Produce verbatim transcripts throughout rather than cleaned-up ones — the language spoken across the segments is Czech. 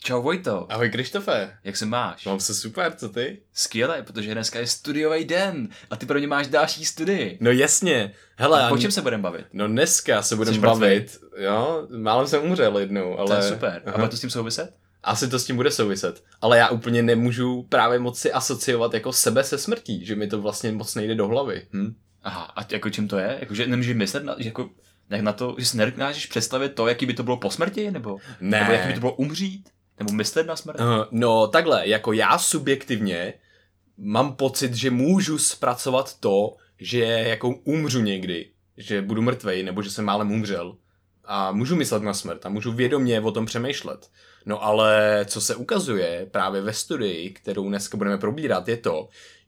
Čau Vojto. Ahoj Krištofe. Jak se máš? Mám se super, co ty? Skvěle, protože dneska je studiový den a ty pro mě máš další studii. No jasně. Hele, a o čem se budeme bavit? No dneska se budeme Jsi bavit, jo, málem jsem umřel jednou, ale... To je super. Aha. A bude to s tím souviset? Asi to s tím bude souviset, ale já úplně nemůžu právě moc si asociovat jako sebe se smrtí, že mi to vlastně moc nejde do hlavy. Hm? Aha, a jako čím to je? Jako, že nemůžeš myslet na, že jako, jak na to, že si nedokážeš představit to, jaký by to bylo po smrti, nebo, ne. nebo jaký by to bylo umřít? Nebo myslet na smrt? Uh, no takhle, jako já subjektivně mám pocit, že můžu zpracovat to, že jako umřu někdy, že budu mrtvej, nebo že jsem málem umřel. A můžu myslet na smrt a můžu vědomě o tom přemýšlet. No ale co se ukazuje právě ve studii, kterou dneska budeme probírat, je to,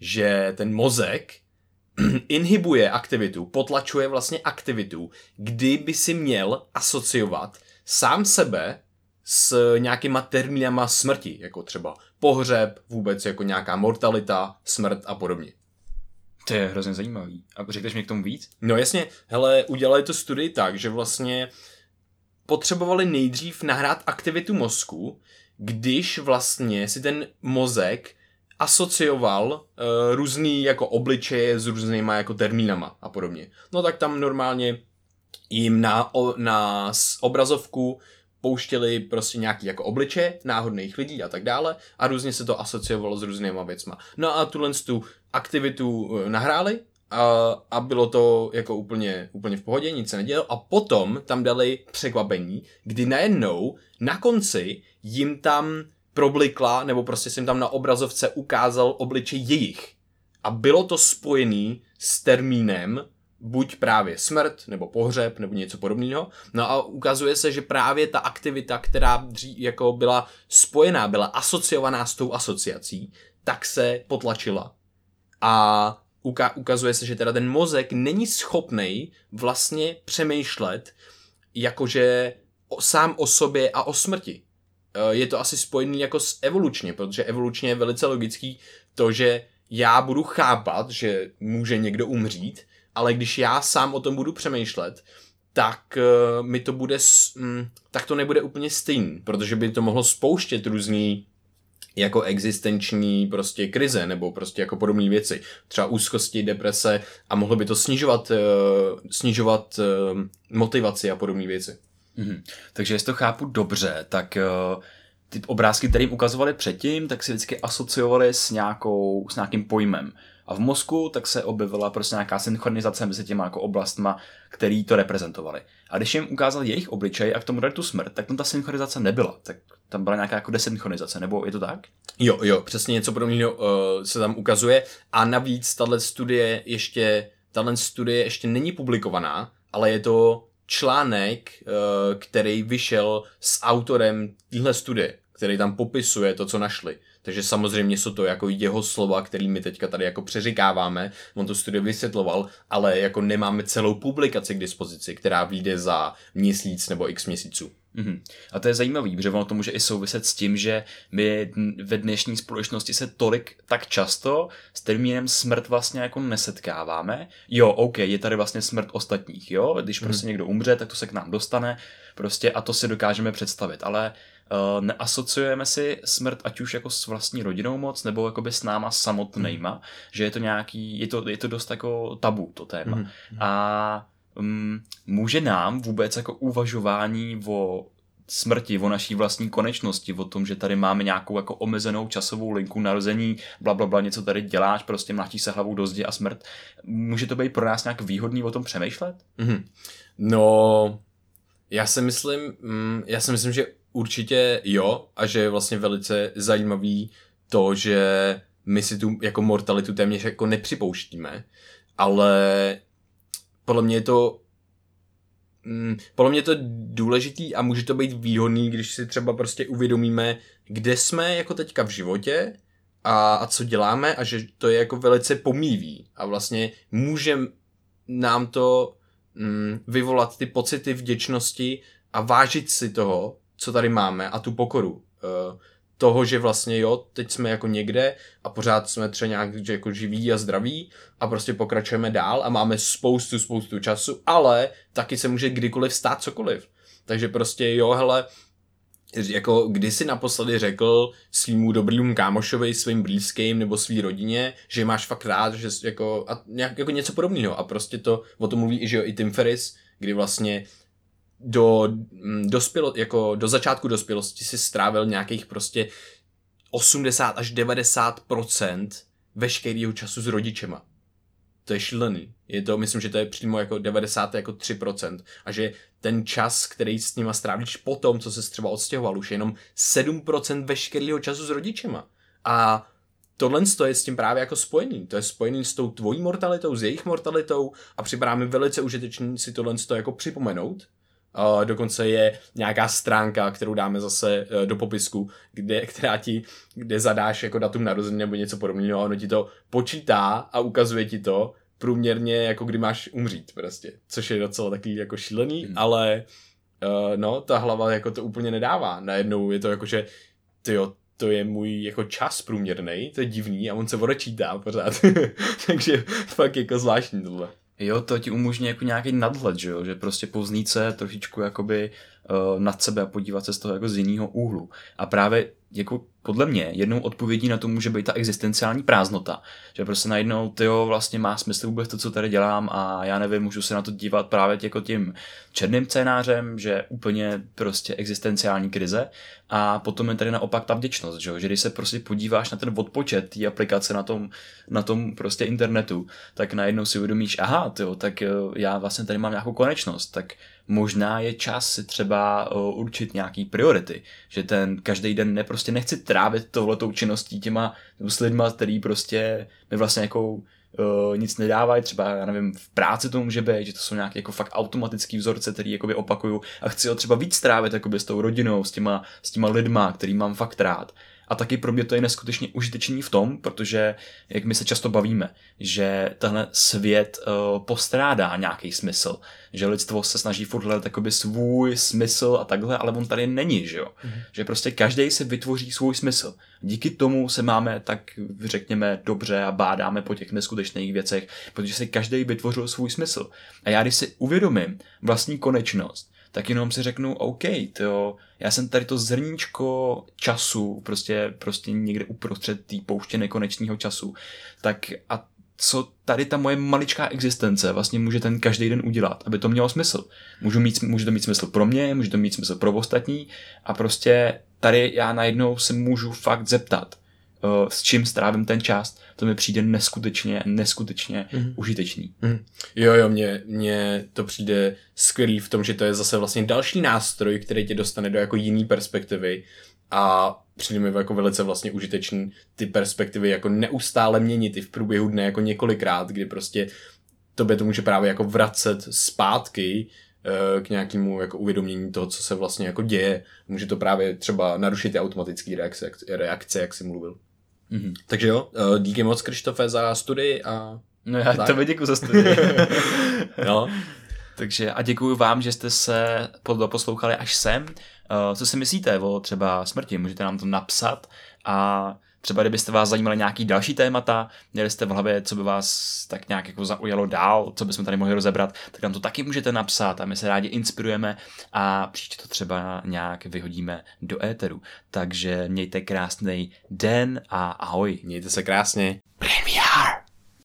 že ten mozek inhibuje aktivitu, potlačuje vlastně aktivitu, kdy by si měl asociovat sám sebe s nějakýma termínama smrti, jako třeba pohřeb, vůbec jako nějaká mortalita, smrt a podobně. To je hrozně zajímavý. A řekneš mi k tomu víc? No jasně, hele, udělali to studii tak, že vlastně potřebovali nejdřív nahrát aktivitu mozku, když vlastně si ten mozek asocioval uh, různý jako obličeje s různýma jako termínama a podobně. No tak tam normálně jim na, o, na obrazovku pouštěli prostě nějaký jako obličeje náhodných lidí a tak dále a různě se to asociovalo s různýma věcma. No a tuhle tu aktivitu nahráli a, a bylo to jako úplně, úplně v pohodě, nic se nedělo a potom tam dali překvapení, kdy najednou na konci jim tam problikla, nebo prostě jsem tam na obrazovce ukázal obličej jejich. A bylo to spojený s termínem buď právě smrt, nebo pohřeb, nebo něco podobného. No a ukazuje se, že právě ta aktivita, která dřív jako byla spojená, byla asociovaná s tou asociací, tak se potlačila. A uka- ukazuje se, že teda ten mozek není schopnej vlastně přemýšlet jakože o, sám o sobě a o smrti. Je to asi spojený jako s evolučně, protože evolučně je velice logický to, že já budu chápat, že může někdo umřít, ale když já sám o tom budu přemýšlet, tak uh, mi to bude, mm, tak to nebude úplně stejný, protože by to mohlo spouštět různý jako existenční prostě krize, nebo prostě jako podobné věci. Třeba úzkosti, deprese a mohlo by to snižovat, uh, snižovat uh, motivaci a podobné věci. Mm-hmm. Takže jestli to chápu dobře, tak uh, ty obrázky, které jim ukazovali předtím, tak si vždycky asociovali s, nějakou, s nějakým pojmem. A v mozku tak se objevila prostě nějaká synchronizace mezi těma jako oblastma, který to reprezentovali. A když jim ukázal jejich obličej a k tomu dali tu smrt, tak tam ta synchronizace nebyla. Tak tam byla nějaká jako desynchronizace, nebo je to tak? Jo, jo, přesně něco podobného uh, se tam ukazuje. A navíc tahle studie ještě, tahle studie ještě není publikovaná, ale je to článek, uh, který vyšel s autorem téhle studie, který tam popisuje to, co našli. Takže samozřejmě jsou to jako jeho slova, který my teďka tady jako přeříkáváme. On to studie vysvětloval, ale jako nemáme celou publikaci k dispozici, která vyjde za měsíc nebo x měsíců. Mm-hmm. A to je zajímavý, protože ono to může i souviset s tím, že my ve dnešní společnosti se tolik tak často s termínem smrt vlastně jako nesetkáváme. Jo, OK, je tady vlastně smrt ostatních, jo, když prostě mm-hmm. někdo umře, tak to se k nám dostane prostě a to si dokážeme představit, ale Uh, neasociujeme si smrt ať už jako s vlastní rodinou moc, nebo jakoby s náma samotnejma, mm. že je to nějaký, je to, je to dost jako tabu to téma. Mm. A um, může nám vůbec jako uvažování o smrti, o naší vlastní konečnosti, o tom, že tady máme nějakou jako omezenou časovou linku narození, blablabla, bla, bla, něco tady děláš, prostě mlátíš se hlavou do zdi a smrt. Může to být pro nás nějak výhodný o tom přemýšlet? Mm. No, já si myslím, mm, já si myslím, že určitě jo, a že je vlastně velice zajímavý to, že my si tu jako mortalitu téměř jako nepřipouštíme, ale podle mě je to mm, podle mě je to důležitý a může to být výhodný, když si třeba prostě uvědomíme, kde jsme jako teďka v životě a, a co děláme a že to je jako velice pomíjivý a vlastně může nám to mm, vyvolat ty pocity vděčnosti a vážit si toho, co tady máme a tu pokoru. Uh, toho, že vlastně jo, teď jsme jako někde a pořád jsme třeba nějak jako živí a zdraví a prostě pokračujeme dál a máme spoustu, spoustu času, ale taky se může kdykoliv stát cokoliv. Takže prostě jo, hele, jako kdysi naposledy řekl svýmu dobrýmu kámošovi, svým blízkým nebo svý rodině, že máš fakt rád, že jako, a nějak, jako něco podobného. A prostě to, o tom mluví i, že jo, i Tim Ferriss, kdy vlastně do, dospělo, jako do začátku dospělosti si strávil nějakých prostě osmdesát až devadesát procent veškerého času s rodičema. To je šílený. Je to, myslím, že to je přímo jako devadesát jako tři procenta. A že ten čas, který s nima strávíš po tom, co se třeba odstěhoval, už je jenom sedm procent veškerého času s rodičema. A tohle je s tím právě jako spojený. To je spojený s tou tvojí mortalitou, s jejich mortalitou a připadá mi velice užitečný si tohle jako připomenout. Uh, dokonce je nějaká stránka, kterou dáme zase uh, do popisku, kde, která ti, kde zadáš jako datum narození nebo něco podobného a ono ti to počítá a ukazuje ti to průměrně, jako kdy máš umřít prostě, což je docela takový jako šílený, hmm. ale uh, no, ta hlava jako to úplně nedává. Najednou je to jako, že tyjo, to je můj jako čas průměrnej, to je divný a on se odečítá pořád. Takže fakt jako zvláštní tohle. Jo, to ti umožní jako nějaký nadhled, že jo, že prostě poznít se trošičku jakoby uh, nad sebe a podívat se z toho jako z jiného úhlu. A právě jako podle mě jednou odpovědí na to může být ta existenciální prázdnota, že prostě najednou tyjo, vlastně má smysl vůbec to, co tady dělám a já nevím, můžu se na to dívat právě jako tím černým scénářem, že úplně prostě existenciální krize a potom je tady naopak ta vděčnost, že, že když se prostě podíváš na ten odpočet té aplikace na tom, na tom prostě internetu, tak najednou si uvědomíš, aha, tyjo, tak já vlastně tady mám nějakou konečnost, tak možná je čas si třeba uh, určit nějaký priority, že ten každý den ne, prostě nechci trávit tohletou činností těma s lidma, který prostě mi vlastně jako uh, nic nedávají, třeba já nevím, v práci to může být, že to jsou nějaké jako fakt automatický vzorce, který jakoby opakuju a chci ho třeba víc trávit jakoby s tou rodinou, s těma, s těma lidma, který mám fakt rád. A taky pro mě to je neskutečně užitečný v tom, protože, jak my se často bavíme, že tenhle svět uh, postrádá nějaký smysl, že lidstvo se snaží furt hledat jakoby svůj smysl a takhle, ale on tady není, že jo? Mm-hmm. Že prostě každý si vytvoří svůj smysl. Díky tomu se máme tak, řekněme, dobře a bádáme po těch neskutečných věcech, protože si každý vytvořil svůj smysl. A já když si uvědomím vlastní konečnost, tak jenom si řeknu, OK, tyjo, já jsem tady to zrníčko času, prostě, prostě někde uprostřed té pouště nekonečného času, tak a co tady ta moje maličká existence vlastně může ten každý den udělat, aby to mělo smysl. Můžu mít, může to mít smysl pro mě, může to mít smysl pro ostatní a prostě tady já najednou se můžu fakt zeptat, uh, s čím strávím ten čas, to mi přijde neskutečně, neskutečně mm. užitečný. Mm. Jo, jo, mně, mně to přijde skvělý v tom, že to je zase vlastně další nástroj, který tě dostane do jako jiný perspektivy a přijde mi jako velice vlastně užitečný ty perspektivy jako neustále měnit i v průběhu dne jako několikrát, kdy prostě tobě to může právě jako vracet zpátky k nějakému jako uvědomění toho, co se vlastně jako děje. Může to právě třeba narušit ty automatické reakce, reakce, jak jsi mluvil. Mm-hmm. Takže jo, díky moc, Krištofe, za studii a... No já tak. Tebe děkuji za studii. No. Takže a děkuji vám, že jste se poslouchali až sem. Co si myslíte o třeba smrti? Můžete nám to napsat a třeba kdybyste vás zajímali nějaký další témata, měli jste v hlavě, co by vás tak nějak jako zaujalo dál, co bychom tady mohli rozebrat, tak nám to taky můžete napsat a my se rádi inspirujeme a příště to třeba nějak vyhodíme do éteru. Takže mějte krásný den a ahoj. Mějte se krásně. Premia.